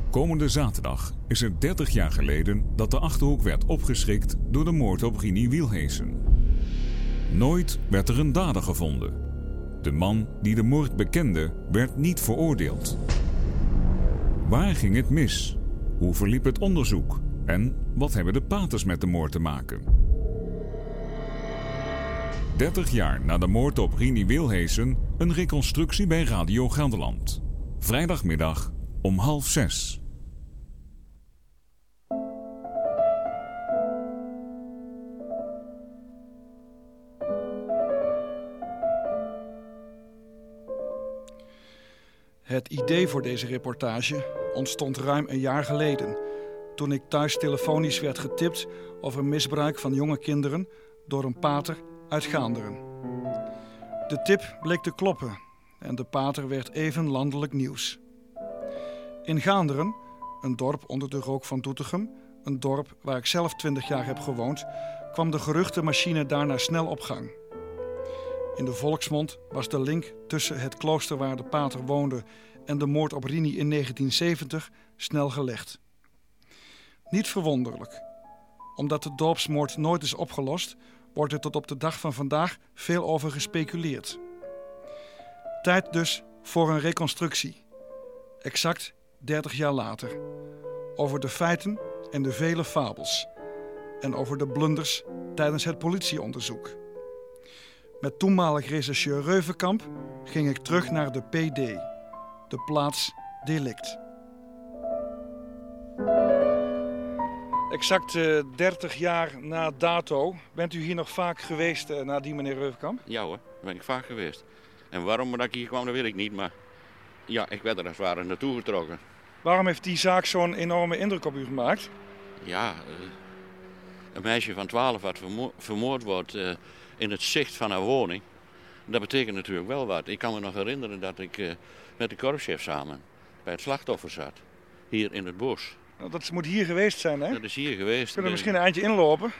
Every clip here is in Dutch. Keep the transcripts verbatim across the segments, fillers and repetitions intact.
Komende zaterdag is het dertig jaar geleden dat de Achterhoek werd opgeschrikt door de moord op Rini Wielheesen. Nooit werd er een dader gevonden. De man die de moord bekende werd niet veroordeeld. Waar ging het mis? Hoe verliep het onderzoek? En wat hebben de paters met de moord te maken? dertig jaar na de moord op Rini Wielheesen, een reconstructie bij Radio Gelderland. Vrijdagmiddag om half zes. Het idee voor deze reportage ontstond ruim een jaar geleden, toen ik thuis telefonisch werd getipt over misbruik van jonge kinderen door een pater uit Gaanderen. De tip bleek te kloppen en de pater werd even landelijk nieuws. In Gaanderen, een dorp onder de rook van Doetinchem, een dorp waar ik zelf twintig jaar heb gewoond, kwam de geruchtenmachine daarna snel op gang. In de volksmond was de link tussen het klooster waar de pater woonde en de moord op Rini in negentien zeventig snel gelegd. Niet verwonderlijk. Omdat de dorpsmoord nooit is opgelost, wordt er tot op de dag van vandaag veel over gespeculeerd. Tijd dus voor een reconstructie. Exact dertig jaar later. Over de feiten en de vele fabels. En over de blunders tijdens het politieonderzoek. Met toenmalig rechercheur Reuvenkamp ging ik terug naar de P D, de plaats delict. Exact uh, dertig jaar na dato. Bent u hier nog vaak geweest uh, na die meneer Reuvenkamp? Ja hoor, ben ik vaak geweest. En waarom dat ik hier kwam, dat weet ik niet, maar ja, ik werd er als het ware naartoe getrokken. Waarom heeft die zaak zo'n enorme indruk op u gemaakt? Ja, uh, een meisje van twaalf wat vermo- vermoord wordt uh, in het zicht van haar woning. Dat betekent natuurlijk wel wat. Ik kan me nog herinneren dat ik uh, met de korpschef samen bij het slachtoffer zat. Hier in het bos. Dat moet hier geweest zijn, hè? Dat is hier geweest. Kunnen we misschien een eindje inlopen?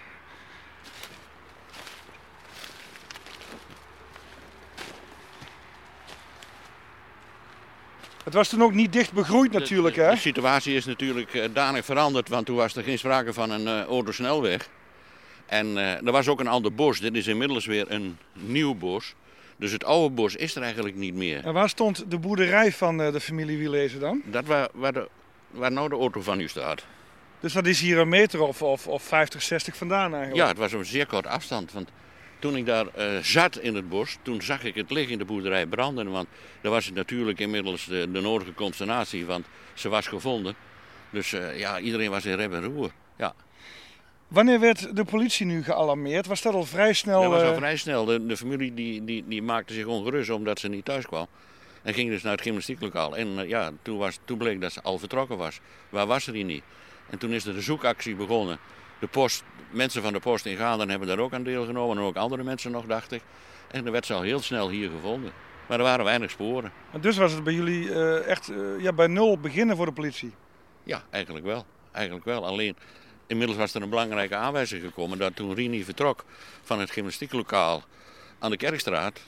Het was toen ook niet dicht begroeid natuurlijk, de, de, hè? De situatie is natuurlijk uh, danig veranderd, want toen was er geen sprake van een uh, autosnelweg. En uh, er was ook een ander bos. Dit is inmiddels weer een nieuw bos. Dus het oude bos is er eigenlijk niet meer. En waar stond de boerderij van uh, de familie Wielheesen dan? Dat waar, waar, de, waar nou de auto van u staat. Dus dat is hier een meter of, of, of vijftig, zestig vandaan eigenlijk? Ja, het was een zeer kort afstand. Want toen ik daar uh, zat in het bos, toen zag ik het licht in de boerderij branden. Want daar was het natuurlijk inmiddels de, de nodige consternatie, want ze was gevonden. Dus uh, ja, iedereen was in rep en roer. Ja. Wanneer werd de politie nu gealarmeerd? Was dat al vrij snel? Dat was al uh... vrij snel. De, de familie die, die, die maakte zich ongerust omdat ze niet thuis kwam. En ging dus naar het gymnastieklokaal. En uh, ja, toen, was, toen bleek dat ze al vertrokken was. Waar was ze die niet? En toen is er de zoekactie begonnen. De post, mensen van de post in Gaanderen hebben daar ook aan deelgenomen. En ook andere mensen nog, dacht ik. En dan werd ze al heel snel hier gevonden. Maar er waren weinig sporen. En dus was het bij jullie uh, echt uh, ja, bij nul beginnen voor de politie? Ja, eigenlijk wel. Eigenlijk wel. Alleen, inmiddels was er een belangrijke aanwijzing gekomen dat toen Rini vertrok van het gymnastieklokaal aan de Kerkstraat,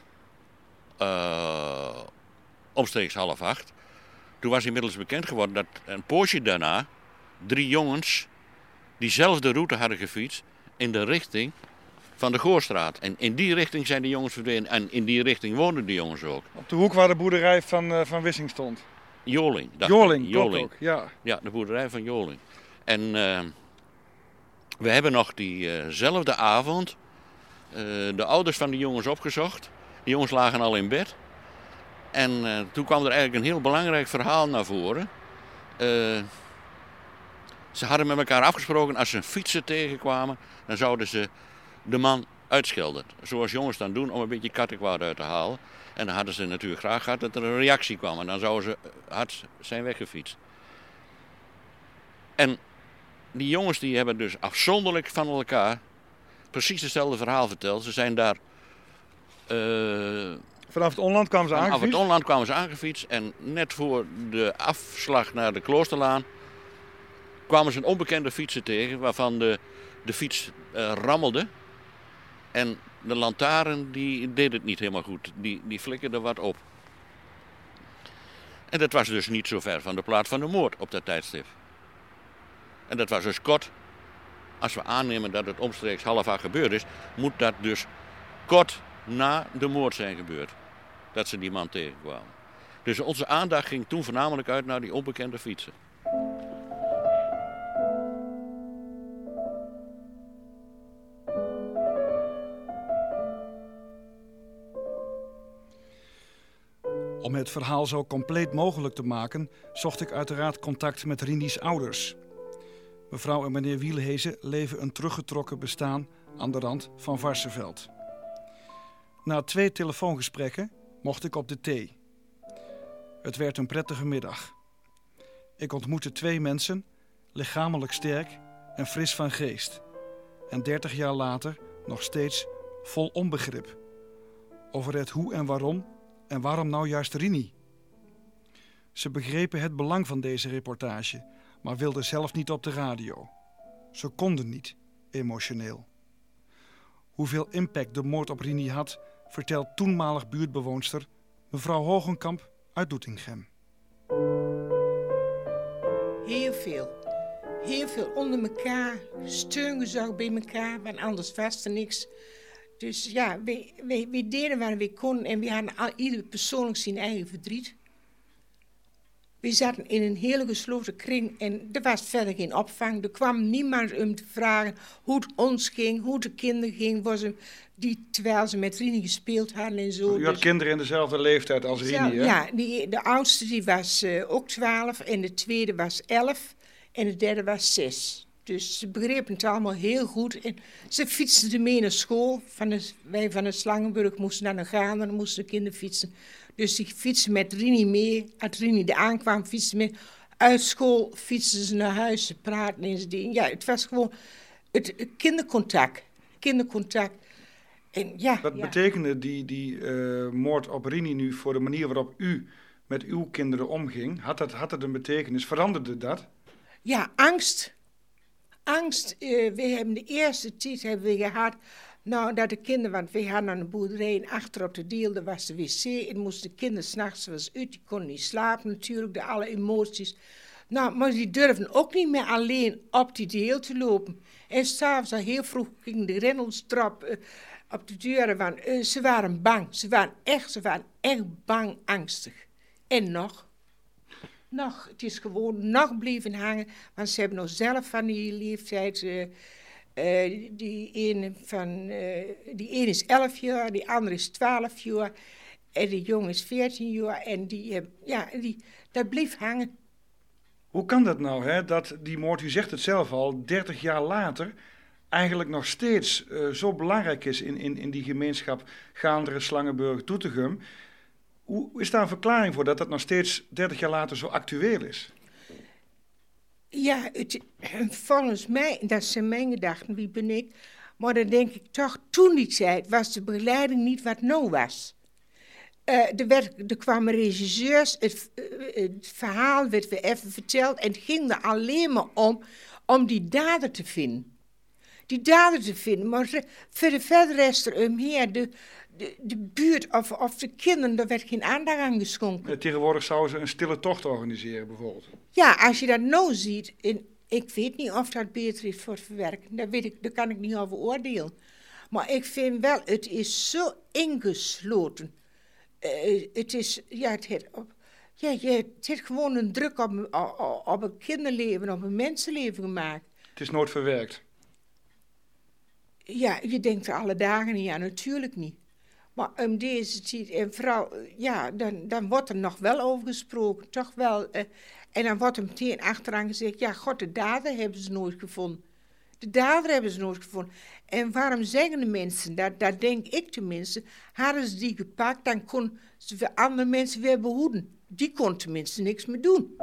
uh, omstreeks half acht, toen was inmiddels bekend geworden dat een poosje daarna drie jongens diezelfde route hadden gefietst in de richting van de Goorstraat. En in die richting zijn de jongens verdwenen en in die richting woonden de jongens ook. Op de hoek waar de boerderij van, uh, van Wissing stond? Joling. Joling, Joling. Ook, ja. Ja, de boerderij van Joling. En uh, we hebben nog diezelfde uh avond uh, de ouders van die jongens opgezocht. De jongens lagen al in bed. En uh, toen kwam er eigenlijk een heel belangrijk verhaal naar voren. Uh, ze hadden met elkaar afgesproken, als ze een fietser tegenkwamen, dan zouden ze de man uitschelden. Zoals jongens dan doen om een beetje kattenkwaad uit te halen. En dan hadden ze natuurlijk graag gehad dat er een reactie kwam. En dan zouden ze hard zijn weggefietst. En die jongens die hebben dus afzonderlijk van elkaar precies hetzelfde verhaal verteld. Ze zijn daar... Uh, vanaf het onland kwamen ze aangefietst? Vanaf het onland kwamen ze aangefietst. En net voor de afslag naar de Kloosterlaan kwamen ze een onbekende fietser tegen, waarvan de, de fiets uh, rammelde. En de lantaarn die deed het niet helemaal goed. Die, die flikkerde wat op. En dat was dus niet zo ver van de plaats van de moord op dat tijdstip. En dat was dus kort. Als we aannemen dat het omstreeks half acht gebeurd is, moet dat dus kort na de moord zijn gebeurd. Dat ze die man tegenkwamen. Dus onze aandacht ging toen voornamelijk uit naar die onbekende fietser. Om het verhaal zo compleet mogelijk te maken, zocht ik uiteraard contact met Rini's ouders. Mevrouw en meneer Wielhezen leven een teruggetrokken bestaan aan de rand van Varsseveld. Na twee telefoongesprekken mocht ik op de thee. Het werd een prettige middag. Ik ontmoette twee mensen, lichamelijk sterk en fris van geest. En dertig jaar later nog steeds vol onbegrip. Over het hoe en waarom en waarom nou juist Rini. Ze begrepen het belang van deze reportage, maar wilden zelf niet op de radio. Ze konden niet, emotioneel. Hoeveel impact de moord op Rini had, vertelt toenmalig buurtbewoonster mevrouw Hogenkamp uit Doetinchem. Heel veel. Heel veel onder elkaar, steungezorgd bij elkaar, want anders was er niks. Dus ja, we, we, we deden wat we konden en we hadden al, ieder persoonlijk zijn eigen verdriet. We zaten in een hele gesloten kring en er was verder geen opvang. Er kwam niemand om te vragen hoe het ons ging, hoe het de kinderen ging, was hem, die, terwijl ze met Rini gespeeld hadden en zo. U had dus, kinderen in dezelfde leeftijd als Rini, hè? Ja, die, de oudste die was uh, ook twaalf en de tweede was elf en de derde was zes. Dus ze begrepen het allemaal heel goed. En ze fietsten ermee naar school. Van de, wij van de Slangenburg moesten naar de gaan en dan moesten de kinderen fietsen. Dus die fietsen met Rini mee. Als Rini er aankwam, fietsen mee. Uit school fietsen ze naar huis, ze praten en ze dingen. Ja, het was gewoon het, het kindercontact. Kindercontact. En ja, Wat ja. betekende die, die uh, moord op Rini nu voor de manier waarop u met uw kinderen omging? Had dat, had dat een betekenis? Veranderde dat? Ja, angst. Angst. Uh, we hebben de eerste tijd hebben we gehad. Nou, dat de kinderen, want we hadden aan de boerderij en achter op de deel, daar was de wc. En moesten de kinderen s'nachts was uit, die konden niet slapen natuurlijk, door alle emoties. Nou, maar die durfden ook niet meer alleen op die deel te lopen. En s'avonds al heel vroeg ging de rendelstrap uh, op de deuren, want uh, ze waren bang. Ze waren echt, ze waren echt bang, angstig. En nog... Nog, het is gewoon nog blijven hangen, want ze hebben nog zelf van die leeftijd, uh, uh, die ene van, uh, die ene is elf jaar, die andere is twaalf jaar en die jongen is veertien jaar en die, uh, ja, die, dat bleef hangen. Hoe kan dat nou, hè, dat die moord, u zegt het zelf al, dertig jaar later eigenlijk nog steeds uh, zo belangrijk is in, in, in die gemeenschap Gaanderen, Slangenburg, Doetinchem? Hoe is daar een verklaring voor dat dat nog steeds dertig jaar later zo actueel is? Ja, het, volgens mij, dat zijn mijn gedachten, wie ben ik, maar dan denk ik toch, toen die tijd was de begeleiding niet wat nou was. Uh, er, werd, er kwamen regisseurs, het, uh, het verhaal werd weer even verteld en het ging er alleen maar om, om die dader te vinden. Die dader te vinden, maar voor de verder rest er omheen, de... De, de buurt of, of de kinderen, daar werd geen aandacht aan geschonken. Tegenwoordig zouden ze een stille tocht organiseren, bijvoorbeeld. Ja, als je dat nou ziet, en ik weet niet of dat beter is voor het verwerken, daar, weet ik, daar kan ik niet over oordelen. Maar ik vind wel, het is zo ingesloten. Uh, het is, ja, het heeft, op, ja, het heeft gewoon een druk op, op, op een kinderleven, op een mensenleven gemaakt. Het is nooit verwerkt. Ja, je denkt er alle dagen niet aan, natuurlijk niet. Maar om deze tijd, en vooral, ja, dan, dan wordt er nog wel over gesproken, toch wel. Uh, en dan wordt er meteen achteraan gezegd, ja, god, de dader hebben ze nooit gevonden. De dader hebben ze nooit gevonden. En waarom zeggen de mensen dat? Dat denk ik tenminste. Hadden ze die gepakt, dan kon ze voor andere mensen weer behoeden. Die kon tenminste niks meer doen.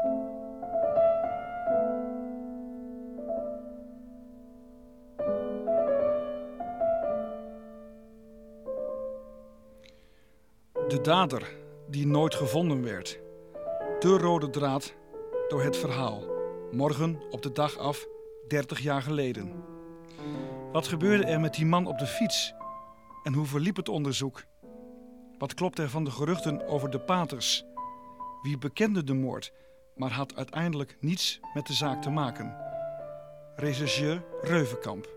De dader die nooit gevonden werd. De rode draad door het verhaal. Morgen op de dag af, dertig jaar geleden. Wat gebeurde er met die man op de fiets? En hoe verliep het onderzoek? Wat klopt er van de geruchten over de paters? Wie bekende de moord, maar had uiteindelijk niets met de zaak te maken? Rechercheur Reuvenkamp.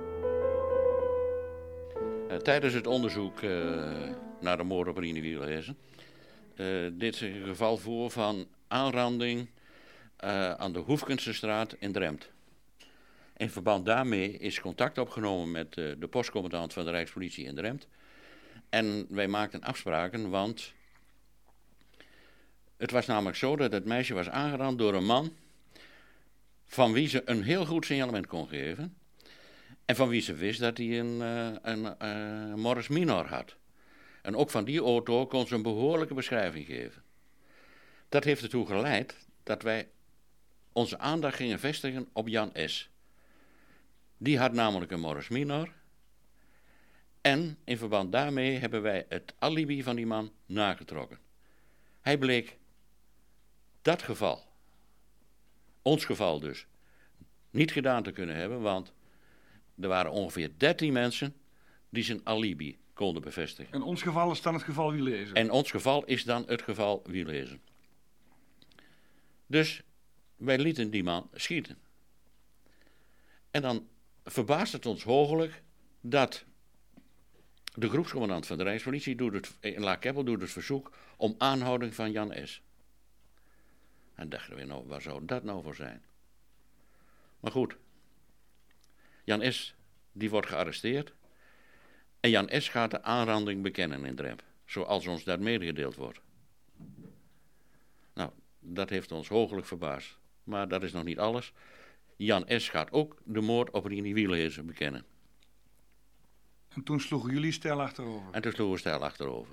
Uh, tijdens het onderzoek uh, naar de moord op Rini Wielhezen uh, deed zich een geval voor van aanranding uh, aan de Hoefkensestraat in Drempt. In verband daarmee is contact opgenomen met uh, de postcommandant van de Rijkspolitie in Drempt. En wij maakten afspraken, want het was namelijk zo dat het meisje was aangerand door een man van wie ze een heel goed signalement kon geven. En van wie ze wist dat hij een, uh, een uh, Morris Minor had. En ook van die auto kon ze een behoorlijke beschrijving geven. Dat heeft ertoe geleid dat wij onze aandacht gingen vestigen op Jan S. Die had namelijk een Morris Minor. En in verband daarmee hebben wij het alibi van die man nagetrokken. Hij bleek dat geval, ons geval dus, niet gedaan te kunnen hebben, want er waren ongeveer dertien mensen die zijn alibi konden bevestigen. En ons geval is dan het geval Wielhezen? En ons geval is dan het geval Wielhezen. Dus wij lieten die man schieten. En dan verbaast het ons hooglijk dat de groepscommandant van de Rijkspolitie doet het, in Lakeppel doet het verzoek om aanhouding van Jan S. En dachten we, nou, waar zou dat nou voor zijn? Maar goed, Jan S. die wordt gearresteerd en Jan S. gaat de aanranding bekennen in Drempt, zoals ons dat medegedeeld wordt. Nou, dat heeft ons hooglijk verbaasd, maar dat is nog niet alles. Jan S. gaat ook de moord op Rini Wielhezen bekennen. En toen sloegen jullie stijl achterover? En toen sloegen we stijl achterover.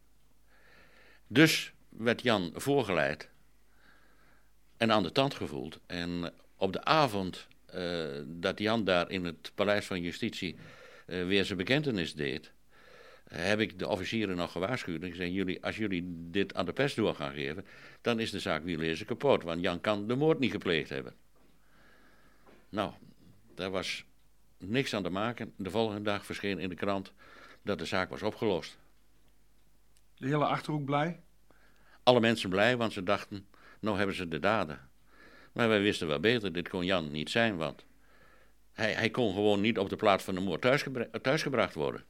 Dus werd Jan voorgeleid en aan de tand gevoeld. En op de avond uh, dat Jan daar in het Paleis van Justitie uh, weer zijn bekentenis deed, heb ik de officieren nog gewaarschuwd. Ik zei, jullie, als jullie dit aan de pers door gaan geven, dan is de zaak Wielhezen kapot. Want Jan kan de moord niet gepleegd hebben. Nou, daar was niks aan te maken. De volgende dag verscheen in de krant dat de zaak was opgelost. De hele Achterhoek blij? Alle mensen blij, want ze dachten, nou hebben ze de daden. Maar wij wisten wel beter, dit kon Jan niet zijn, want hij, hij kon gewoon niet op de plaats van de moord thuisgebra- thuisgebracht worden.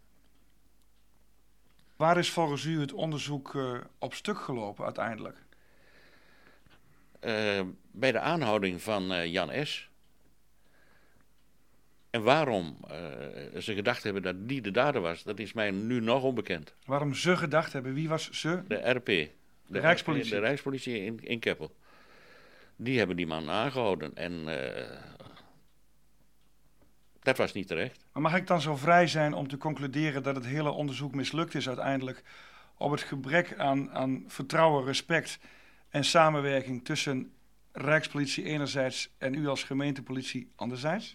Waar is volgens u het onderzoek uh, op stuk gelopen uiteindelijk? Uh, bij de aanhouding van uh, Jan S. En waarom uh, ze gedacht hebben dat die de dader was, dat is mij nu nog onbekend. Waarom ze gedacht hebben, wie was ze? De R P. De, de Rijkspolitie. De Rijkspolitie in, in Keppel. Die hebben die man aangehouden en uh, dat was niet terecht. Maar mag ik dan zo vrij zijn om te concluderen dat het hele onderzoek mislukt is uiteindelijk op het gebrek aan, aan vertrouwen, respect en samenwerking tussen Rijkspolitie enerzijds en u als gemeentepolitie anderzijds?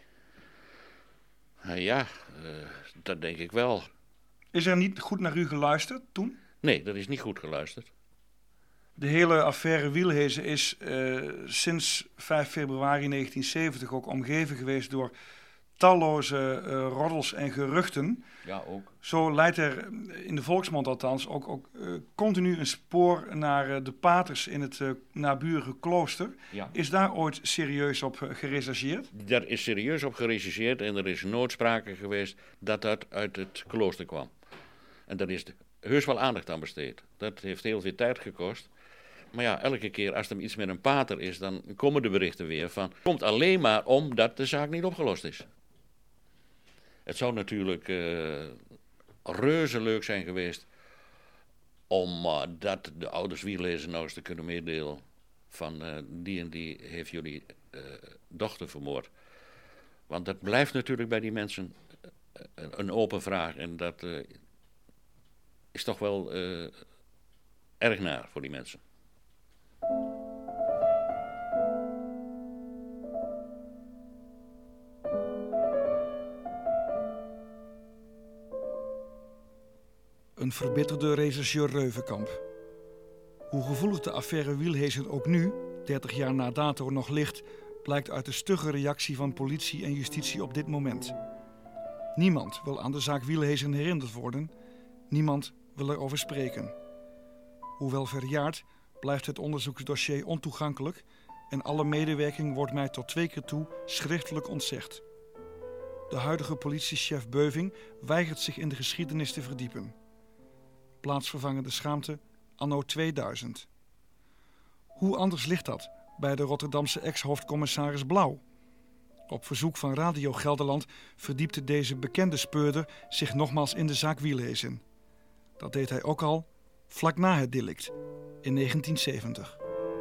Uh, ja, uh, dat denk ik wel. Is er niet goed naar u geluisterd toen? Nee, dat is niet goed geluisterd. De hele affaire Wielhezen is uh, sinds vijf februari negentien zeventig ook omgeven geweest door talloze uh, roddels en geruchten. Ja, ook. Zo leidt er in de volksmond althans ook, ook uh, continu een spoor naar uh, de paters in het uh, naburige klooster. Ja. Is daar ooit serieus op uh, gerechercheerd? Daar is serieus op gerechercheerd en er is nooit sprake geweest dat dat uit het klooster kwam. En daar is heus wel aandacht aan besteed. Dat heeft heel veel tijd gekost. Maar ja, elke keer als er iets met een pater is, dan komen de berichten weer van... Het komt alleen maar omdat de zaak niet opgelost is. Het zou natuurlijk uh, reuze leuk zijn geweest om uh, dat de ouders Wielhezen nou eens te kunnen meedelen van uh, die en die heeft jullie uh, dochter vermoord. Want dat blijft natuurlijk bij die mensen uh, een open vraag en dat uh, is toch wel uh, erg naar voor die mensen. Een verbitterde rechercheur Reuvenkamp. Hoe gevoelig de affaire Wielhezen ook nu, dertig jaar na dato, nog ligt, blijkt uit de stugge reactie van politie en justitie op dit moment. Niemand wil aan de zaak Wielhezen herinnerd worden. Niemand wil erover spreken. Hoewel verjaard, blijft het onderzoeksdossier ontoegankelijk en alle medewerking wordt mij tot twee keer toe schriftelijk ontzegd. De huidige politiechef Beuving weigert zich in de geschiedenis te verdiepen. Plaatsvervangende schaamte anno tweeduizend. Hoe anders ligt dat bij de Rotterdamse ex-hoofdcommissaris Blauw? Op verzoek van Radio Gelderland verdiepte deze bekende speurder zich nogmaals in de zaak Wielhezen. Dat deed hij ook al vlak na het delict in negentien zeventig.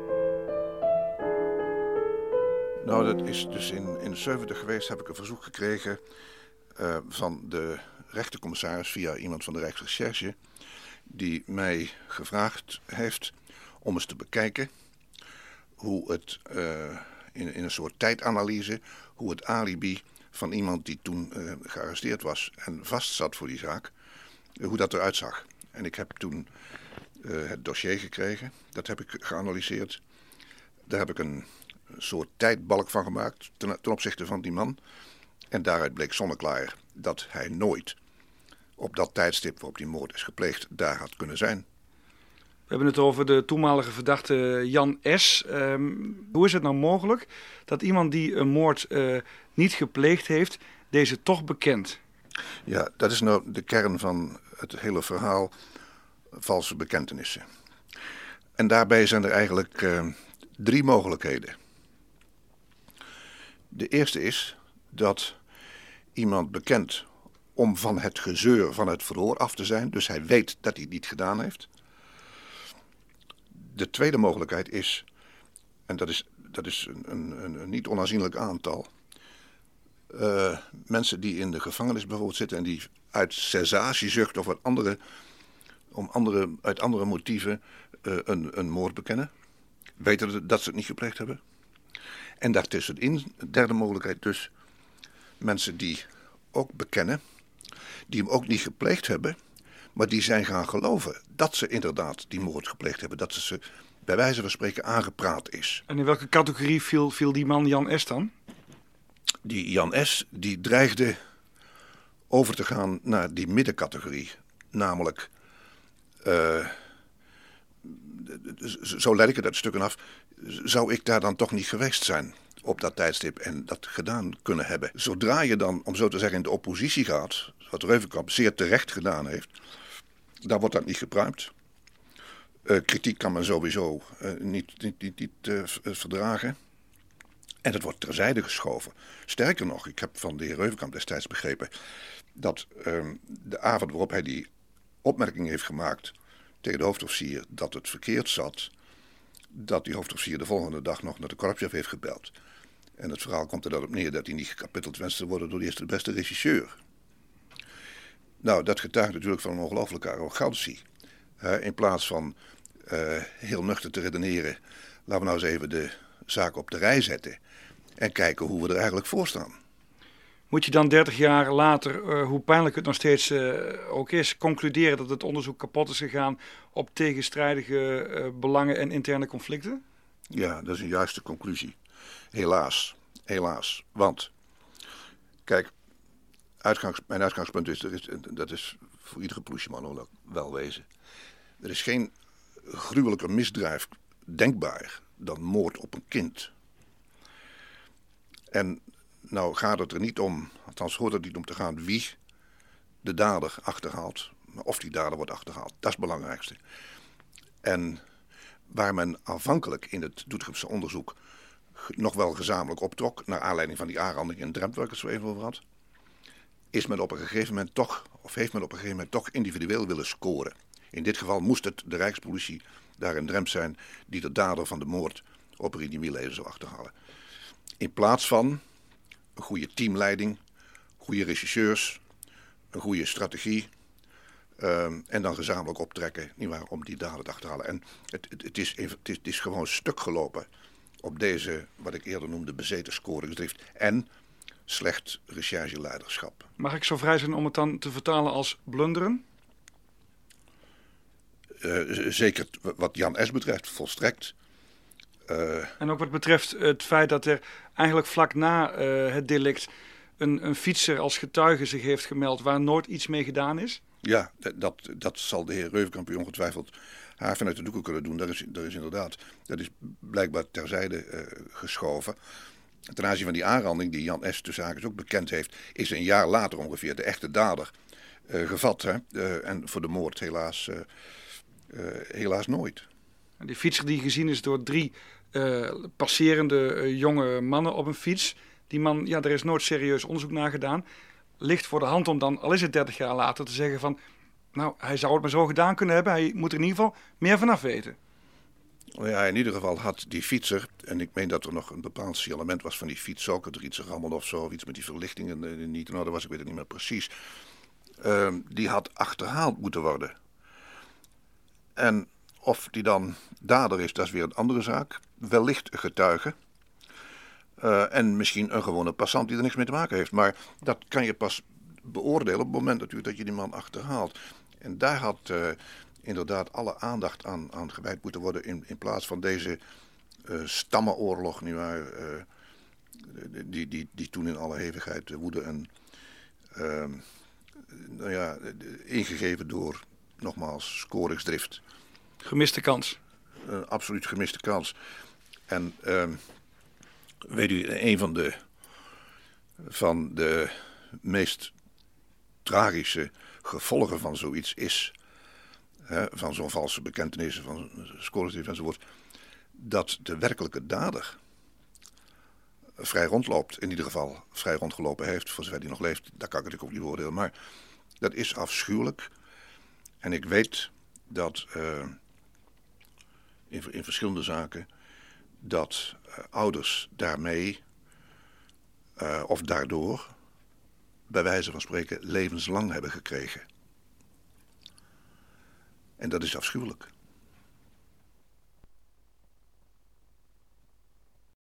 Nou, dat is dus in, in de zeventig geweest, heb ik een verzoek gekregen uh, van de rechtercommissaris via iemand van de Rijksrecherche, die mij gevraagd heeft om eens te bekijken hoe het uh, in, in een soort tijdanalyse, hoe het alibi van iemand die toen uh, gearresteerd was en vastzat voor die zaak, uh, hoe dat eruit zag. En ik heb toen uh, het dossier gekregen, dat heb ik geanalyseerd. Daar heb ik een soort tijdbalk van gemaakt ten, ten opzichte van die man. En daaruit bleek zonneklaar dat hij nooit op dat tijdstip waarop die moord is gepleegd daar had kunnen zijn. We hebben het over de toenmalige verdachte Jan S. Um, hoe is het nou mogelijk dat iemand die een moord uh, niet gepleegd heeft, deze toch bekent? Ja, dat is nou de kern van het hele verhaal, valse bekentenissen. En daarbij zijn er eigenlijk uh, drie mogelijkheden. De eerste is dat iemand bekent om van het gezeur van het verhoor af te zijn, dus hij weet dat hij het niet gedaan heeft. De tweede mogelijkheid is, en dat is, dat is een, een, een niet onaanzienlijk aantal, uh, mensen die in de gevangenis bijvoorbeeld zitten en die uit sensatiezucht of uit andere, om andere, uit andere motieven uh, een, een moord bekennen, weten dat ze het niet gepleegd hebben. En daartussenin, de derde mogelijkheid dus, mensen die ook bekennen, die hem ook niet gepleegd hebben, maar die zijn gaan geloven dat ze inderdaad die moord gepleegd hebben. Dat ze ze bij wijze van spreken aangepraat is. En in welke categorie viel, viel die man Jan S. dan? Die Jan S. die dreigde over te gaan naar die middencategorie. Namelijk, uh, zo leid ik het uit stukken af, zou ik daar dan toch niet geweest zijn op dat tijdstip en dat gedaan kunnen hebben. Zodra je dan, om zo te zeggen, in de oppositie gaat, wat Reuvenkamp zeer terecht gedaan heeft, dan wordt dat niet gepruimd. Uh, kritiek kan men sowieso uh, niet, niet, niet, niet uh, verdragen. En het wordt terzijde geschoven. Sterker nog, ik heb van de heer Reuvenkamp destijds begrepen dat uh, de avond waarop hij die opmerking heeft gemaakt tegen de hoofdofficier dat het verkeerd zat, dat die hoofdofficier de volgende dag nog naar de korpschef heeft gebeld. En het verhaal komt er dan op neer dat hij niet gekapiteld wenst te worden door de eerste beste regisseur. Nou, dat getuigt natuurlijk van een ongelooflijke arrogantie. Uh, in plaats van uh, heel nuchter te redeneren, laten we nou eens even de zaak op de rij zetten en kijken hoe we er eigenlijk voor staan. Moet je dan dertig jaar later, uh, hoe pijnlijk het nog steeds uh, ook is, concluderen dat het onderzoek kapot is gegaan op tegenstrijdige uh, belangen en interne conflicten? Ja, dat is een juiste conclusie. Helaas, helaas. Want, kijk, uitgangs, mijn uitgangspunt is, is, dat is voor iedere politieman wel, wel wezen. Er is geen gruwelijker misdrijf denkbaar dan moord op een kind. En nou gaat het er niet om, althans hoort het niet om te gaan wie de dader achterhaalt, maar of die dader wordt achterhaald. Dat is het belangrijkste. En waar men aanvankelijk in het Doetinchemse onderzoek nog wel gezamenlijk optrok, naar aanleiding van die aanranding in Drempt, waar ik het zo even over had, is men op een gegeven moment toch, of heeft men op een gegeven moment toch individueel willen scoren. In dit geval moest het de Rijkspolitie daar in Drempt zijn die de dader van de moord op Rini Wielhezen zou achterhalen. In plaats van een goede teamleiding, goede regisseurs, een goede strategie uh, en dan gezamenlijk optrekken nietwaar, om die dader te achterhalen. En het, het, het, is, het, is, het is gewoon stuk gelopen op deze, wat ik eerder noemde, bezeten scoringsdrift en slecht rechercheleiderschap. Mag ik zo vrij zijn om het dan te vertalen als blunderen? Uh, zeker wat Jan S. betreft, volstrekt. Uh, en ook wat betreft het feit dat er eigenlijk vlak na uh, het delict een, een fietser als getuige zich heeft gemeld waar nooit iets mee gedaan is? Ja, dat, dat zal de heer Reuvenkamp ongetwijfeld haar vanuit de doeken kunnen doen. Dat is, dat is inderdaad, dat is blijkbaar terzijde uh, geschoven. Ten aanzien van die aanranding die Jan S. tussen haakjes ook bekend heeft, is een jaar later ongeveer de echte dader uh, gevat. Hè? Uh, en voor de moord helaas, uh, uh, helaas nooit. Die fietser die gezien is door drie uh, passerende uh, jonge mannen op een fiets. Die man, ja, er is nooit serieus onderzoek naar gedaan. Ligt voor de hand om dan, al is het dertig jaar later, te zeggen van... nou, hij zou het maar zo gedaan kunnen hebben. Hij moet er in ieder geval meer vanaf weten. Ja, in ieder geval had die fietser, en ik meen dat er nog een bepaald signalement was van die fiets ook, dat er iets rammelde of zo, of iets met die verlichtingen niet in orde was, ik weet het niet meer precies. Uh, die had achterhaald moeten worden. En of die dan dader is, dat is weer een andere zaak. Wellicht een getuige. Uh, en misschien een gewone passant die er niks mee te maken heeft. Maar dat kan je pas beoordelen op het moment natuurlijk dat je die man achterhaalt. En daar had uh, inderdaad alle aandacht aan, aan gewijd moeten worden in, in plaats van deze uh, stammenoorlog, nietwaar, uh, die, die, die toen in alle hevigheid woedde en uh, nou ja, ingegeven door, nogmaals, scoringsdrift. Gemiste kans. Uh, absoluut gemiste kans. En uh, weet u, een van de, van de meest tragische gevolgen van zoiets is, hè, van zo'n valse bekentenis, van scoringsdrift enzovoort, dat de werkelijke dader vrij rondloopt. In ieder geval vrij rondgelopen heeft, voor zover die nog leeft. Dat kan ik natuurlijk ook niet beoordelen. Maar dat is afschuwelijk. En ik weet dat uh, in, in verschillende zaken dat uh, ouders daarmee uh, of daardoor bij wijze van spreken levenslang hebben gekregen. En dat is afschuwelijk.